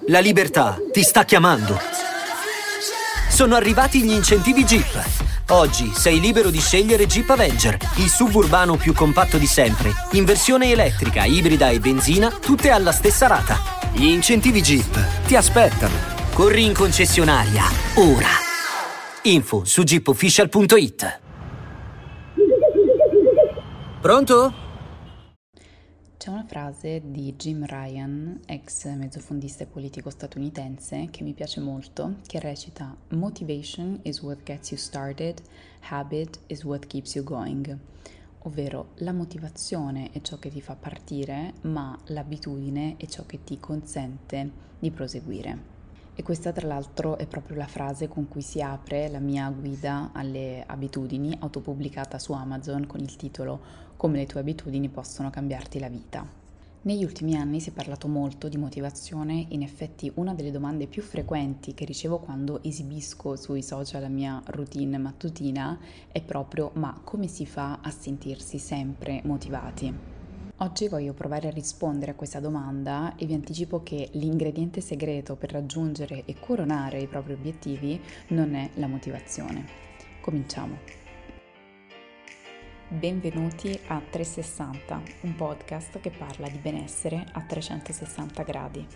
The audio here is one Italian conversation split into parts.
La libertà ti sta chiamando. Sono arrivati gli incentivi Jeep. Oggi sei libero di scegliere Jeep Avenger, il SUV urbano più compatto di sempre, in versione elettrica, ibrida e benzina, tutte alla stessa rata. Gli incentivi Jeep ti aspettano. Corri in concessionaria, ora. Info su jeepofficial.it. Pronto? C'è una frase di Jim Ryan, ex mezzofondista e politico statunitense, che mi piace molto, che recita: "Motivation is what gets you started, habit is what keeps you going", ovvero la motivazione è ciò che ti fa partire, ma l'abitudine è ciò che ti consente di proseguire. E questa tra l'altro è proprio la frase con cui si apre la mia guida alle abitudini, autopubblicata su Amazon con il titolo "Come le tue abitudini possono cambiarti la vita". Negli ultimi anni si è parlato molto di motivazione, in effetti una delle domande più frequenti che ricevo quando esibisco sui social la mia routine mattutina è proprio: ma come si fa a sentirsi sempre motivati? Oggi voglio provare a rispondere a questa domanda e vi anticipo che l'ingrediente segreto per raggiungere e coronare i propri obiettivi non è la motivazione. Cominciamo! Benvenuti a 360, un podcast che parla di benessere a 360 gradi.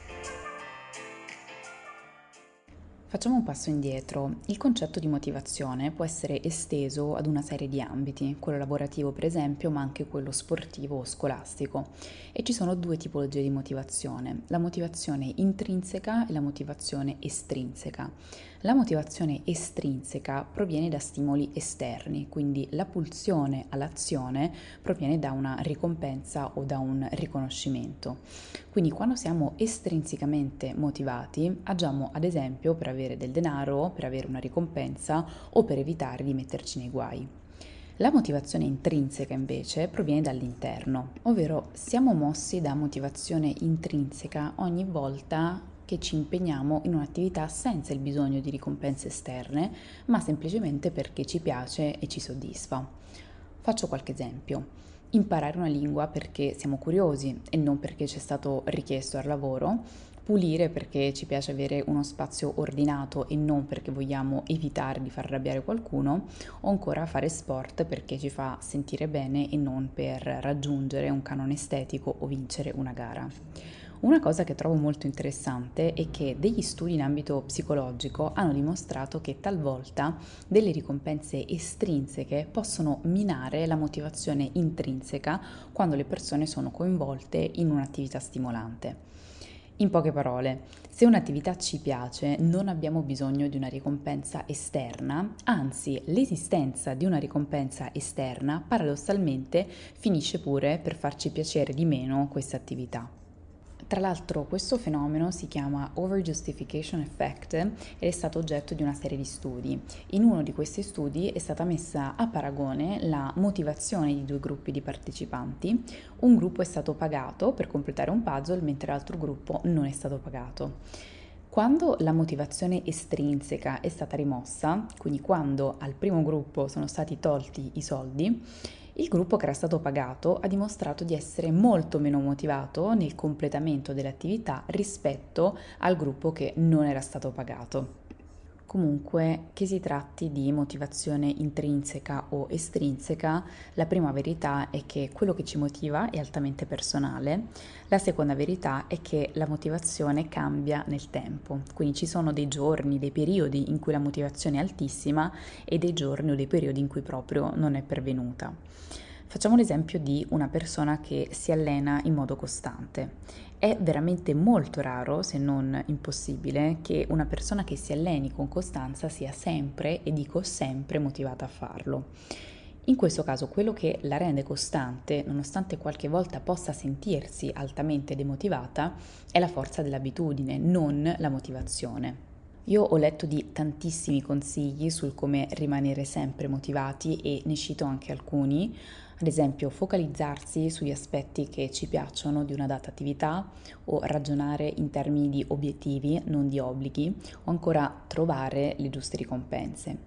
Facciamo un passo indietro. Il concetto di motivazione può essere esteso ad una serie di ambiti, quello lavorativo per esempio, ma anche quello sportivo o scolastico. E ci sono due tipologie di motivazione: la motivazione intrinseca e la motivazione estrinseca. La motivazione estrinseca proviene da stimoli esterni, quindi la pulsione all'azione proviene da una ricompensa o da un riconoscimento. Quindi quando siamo estrinsecamente motivati, agiamo ad esempio per avere del denaro, per avere una ricompensa o per evitare di metterci nei guai. La motivazione intrinseca invece proviene dall'interno, ovvero siamo mossi da motivazione intrinseca ogni volta che ci impegniamo in un'attività senza il bisogno di ricompense esterne, ma semplicemente perché ci piace e ci soddisfa. Faccio qualche esempio. Imparare una lingua perché siamo curiosi e non perché ci è stato richiesto al lavoro, pulire perché ci piace avere uno spazio ordinato e non perché vogliamo evitare di far arrabbiare qualcuno, o ancora fare sport perché ci fa sentire bene e non per raggiungere un canone estetico o vincere una gara. Una cosa che trovo molto interessante è che degli studi in ambito psicologico hanno dimostrato che talvolta delle ricompense estrinseche possono minare la motivazione intrinseca quando le persone sono coinvolte in un'attività stimolante. In poche parole, se un'attività ci piace, non abbiamo bisogno di una ricompensa esterna, anzi, l'esistenza di una ricompensa esterna paradossalmente finisce pure per farci piacere di meno questa attività. Tra l'altro questo fenomeno si chiama Overjustification Effect ed è stato oggetto di una serie di studi. In uno di questi studi è stata messa a paragone la motivazione di due gruppi di partecipanti. Un gruppo è stato pagato per completare un puzzle, mentre l'altro gruppo non è stato pagato. Quando la motivazione estrinseca è stata rimossa, quindi quando al primo gruppo sono stati tolti i soldi, il gruppo che era stato pagato ha dimostrato di essere molto meno motivato nel completamento dell'attività rispetto al gruppo che non era stato pagato. Comunque, che si tratti di motivazione intrinseca o estrinseca, la prima verità è che quello che ci motiva è altamente personale. La seconda verità è che la motivazione cambia nel tempo, quindi ci sono dei giorni, dei periodi in cui la motivazione è altissima e dei giorni o dei periodi in cui proprio non è pervenuta. Facciamo l'esempio di una persona che si allena in modo costante. È veramente molto raro, se non impossibile, che una persona che si alleni con costanza sia sempre, e dico sempre, motivata a farlo. In questo caso quello che la rende costante, nonostante qualche volta possa sentirsi altamente demotivata, è la forza dell'abitudine, non la motivazione. Io ho letto di tantissimi consigli sul come rimanere sempre motivati e ne cito anche alcuni. Ad esempio, focalizzarsi sugli aspetti che ci piacciono di una data attività o ragionare in termini di obiettivi, non di obblighi, o ancora trovare le giuste ricompense.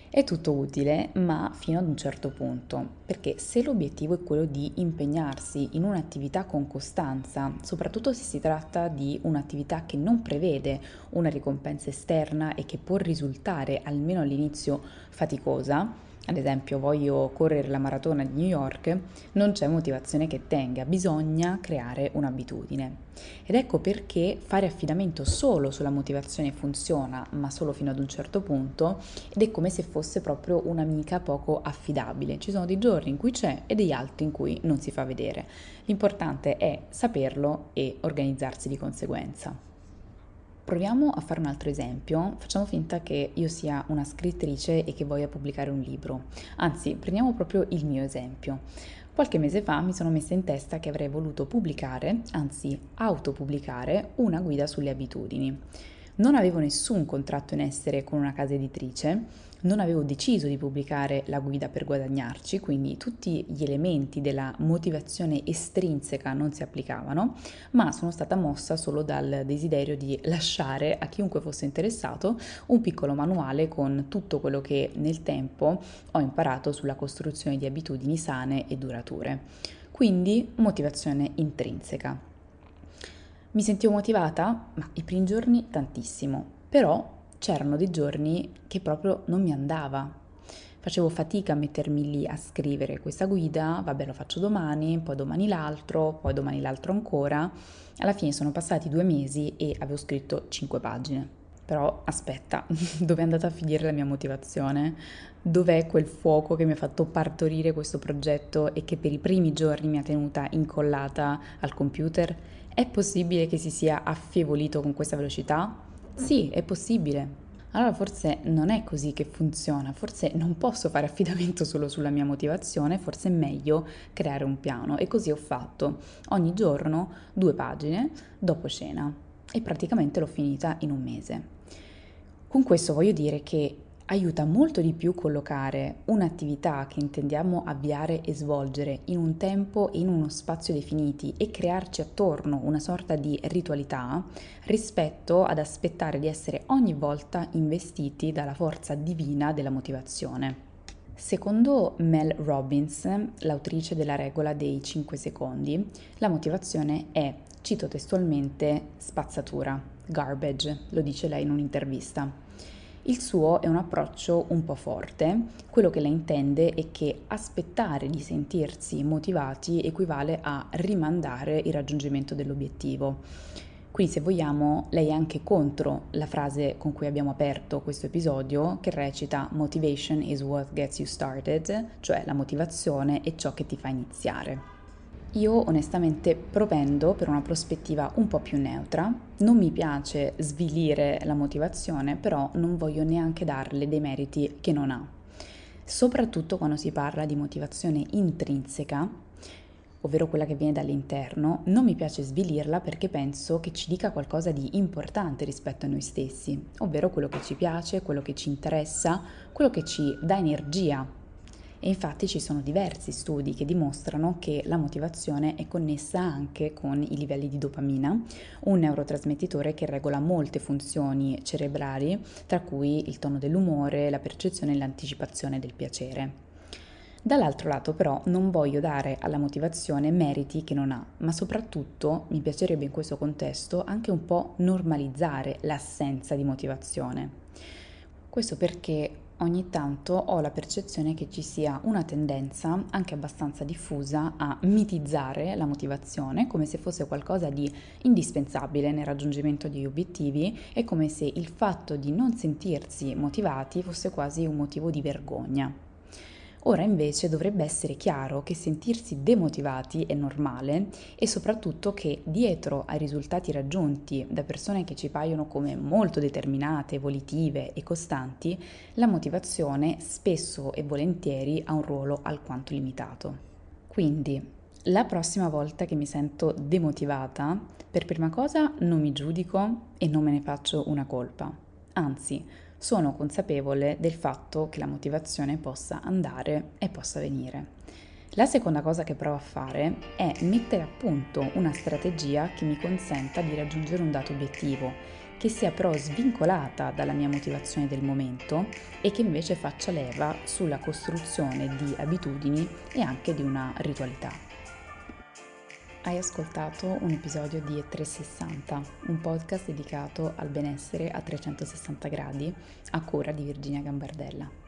È tutto utile, ma fino ad un certo punto, perché se l'obiettivo è quello di impegnarsi in un'attività con costanza, soprattutto se si tratta di un'attività che non prevede una ricompensa esterna e che può risultare, almeno all'inizio, faticosa, ad esempio voglio correre la maratona di New York, non c'è motivazione che tenga, bisogna creare un'abitudine. Ed ecco perché fare affidamento solo sulla motivazione funziona, ma solo fino ad un certo punto, ed è come se fosse proprio un'amica poco affidabile. Ci sono dei giorni in cui c'è e degli altri in cui non si fa vedere. L'importante è saperlo e organizzarsi di conseguenza. Proviamo a fare un altro esempio. Facciamo finta che io sia una scrittrice e che voglia pubblicare un libro. Anzi, prendiamo proprio il mio esempio. Qualche mese fa mi sono messa in testa che avrei voluto pubblicare, anzi autopubblicare, una guida sulle abitudini. Non avevo nessun contratto in essere con una casa editrice, non avevo deciso di pubblicare la guida per guadagnarci, quindi tutti gli elementi della motivazione estrinseca non si applicavano, ma sono stata mossa solo dal desiderio di lasciare a chiunque fosse interessato un piccolo manuale con tutto quello che nel tempo ho imparato sulla costruzione di abitudini sane e durature. Quindi motivazione intrinseca. Mi sentivo motivata? Ma i primi giorni tantissimo, però c'erano dei giorni che proprio non mi andava. Facevo fatica a mettermi lì a scrivere questa guida, vabbè lo faccio domani, poi domani l'altro ancora. Alla fine sono passati 2 mesi e avevo scritto 5 pagine. Però aspetta, dove è andata a finire la mia motivazione? Dov'è quel fuoco che mi ha fatto partorire questo progetto e che per i primi giorni mi ha tenuta incollata al computer? È possibile che si sia affievolito con questa velocità? Sì, è possibile. Allora forse non è così che funziona, forse non posso fare affidamento solo sulla mia motivazione, forse è meglio creare un piano e così ho fatto. Ogni giorno 2 pagine dopo cena e praticamente l'ho finita in un mese. Con questo voglio dire che aiuta molto di più collocare un'attività che intendiamo avviare e svolgere in un tempo e in uno spazio definiti e crearci attorno una sorta di ritualità rispetto ad aspettare di essere ogni volta investiti dalla forza divina della motivazione. Secondo Mel Robbins, l'autrice della regola dei 5 secondi, la motivazione è, cito testualmente, spazzatura, garbage, lo dice lei in un'intervista. Il suo è un approccio un po' forte, quello che lei intende è che aspettare di sentirsi motivati equivale a rimandare il raggiungimento dell'obiettivo. Quindi se vogliamo, lei è anche contro la frase con cui abbiamo aperto questo episodio che recita "Motivation is what gets you started", cioè la motivazione è ciò che ti fa iniziare. Io onestamente propendo per una prospettiva un po' più neutra, non mi piace svilire la motivazione, però non voglio neanche darle dei meriti che non ha. Soprattutto quando si parla di motivazione intrinseca, ovvero quella che viene dall'interno, non mi piace svilirla perché penso che ci dica qualcosa di importante rispetto a noi stessi, ovvero quello che ci piace, quello che ci interessa, quello che ci dà energia. E infatti ci sono diversi studi che dimostrano che la motivazione è connessa anche con i livelli di dopamina, un neurotrasmettitore che regola molte funzioni cerebrali, tra cui il tono dell'umore, la percezione e l'anticipazione del piacere. Dall'altro lato però non voglio dare alla motivazione meriti che non ha, ma soprattutto mi piacerebbe in questo contesto anche un po' normalizzare l'assenza di motivazione. Questo perché ogni tanto ho la percezione che ci sia una tendenza, anche abbastanza diffusa, a mitizzare la motivazione come se fosse qualcosa di indispensabile nel raggiungimento di obiettivi e come se il fatto di non sentirsi motivati fosse quasi un motivo di vergogna. Ora invece dovrebbe essere chiaro che sentirsi demotivati è normale e soprattutto che dietro ai risultati raggiunti da persone che ci paiono come molto determinate, volitive e costanti, la motivazione spesso e volentieri ha un ruolo alquanto limitato. Quindi, la prossima volta che mi sento demotivata, per prima cosa non mi giudico e non me ne faccio una colpa. Anzi, sono consapevole del fatto che la motivazione possa andare e possa venire. La seconda cosa che provo a fare è mettere a punto una strategia che mi consenta di raggiungere un dato obiettivo, che sia però svincolata dalla mia motivazione del momento e che invece faccia leva sulla costruzione di abitudini e anche di una ritualità. Hai ascoltato un episodio di E360, un podcast dedicato al benessere a 360 gradi a cura di Virginia Gambardella.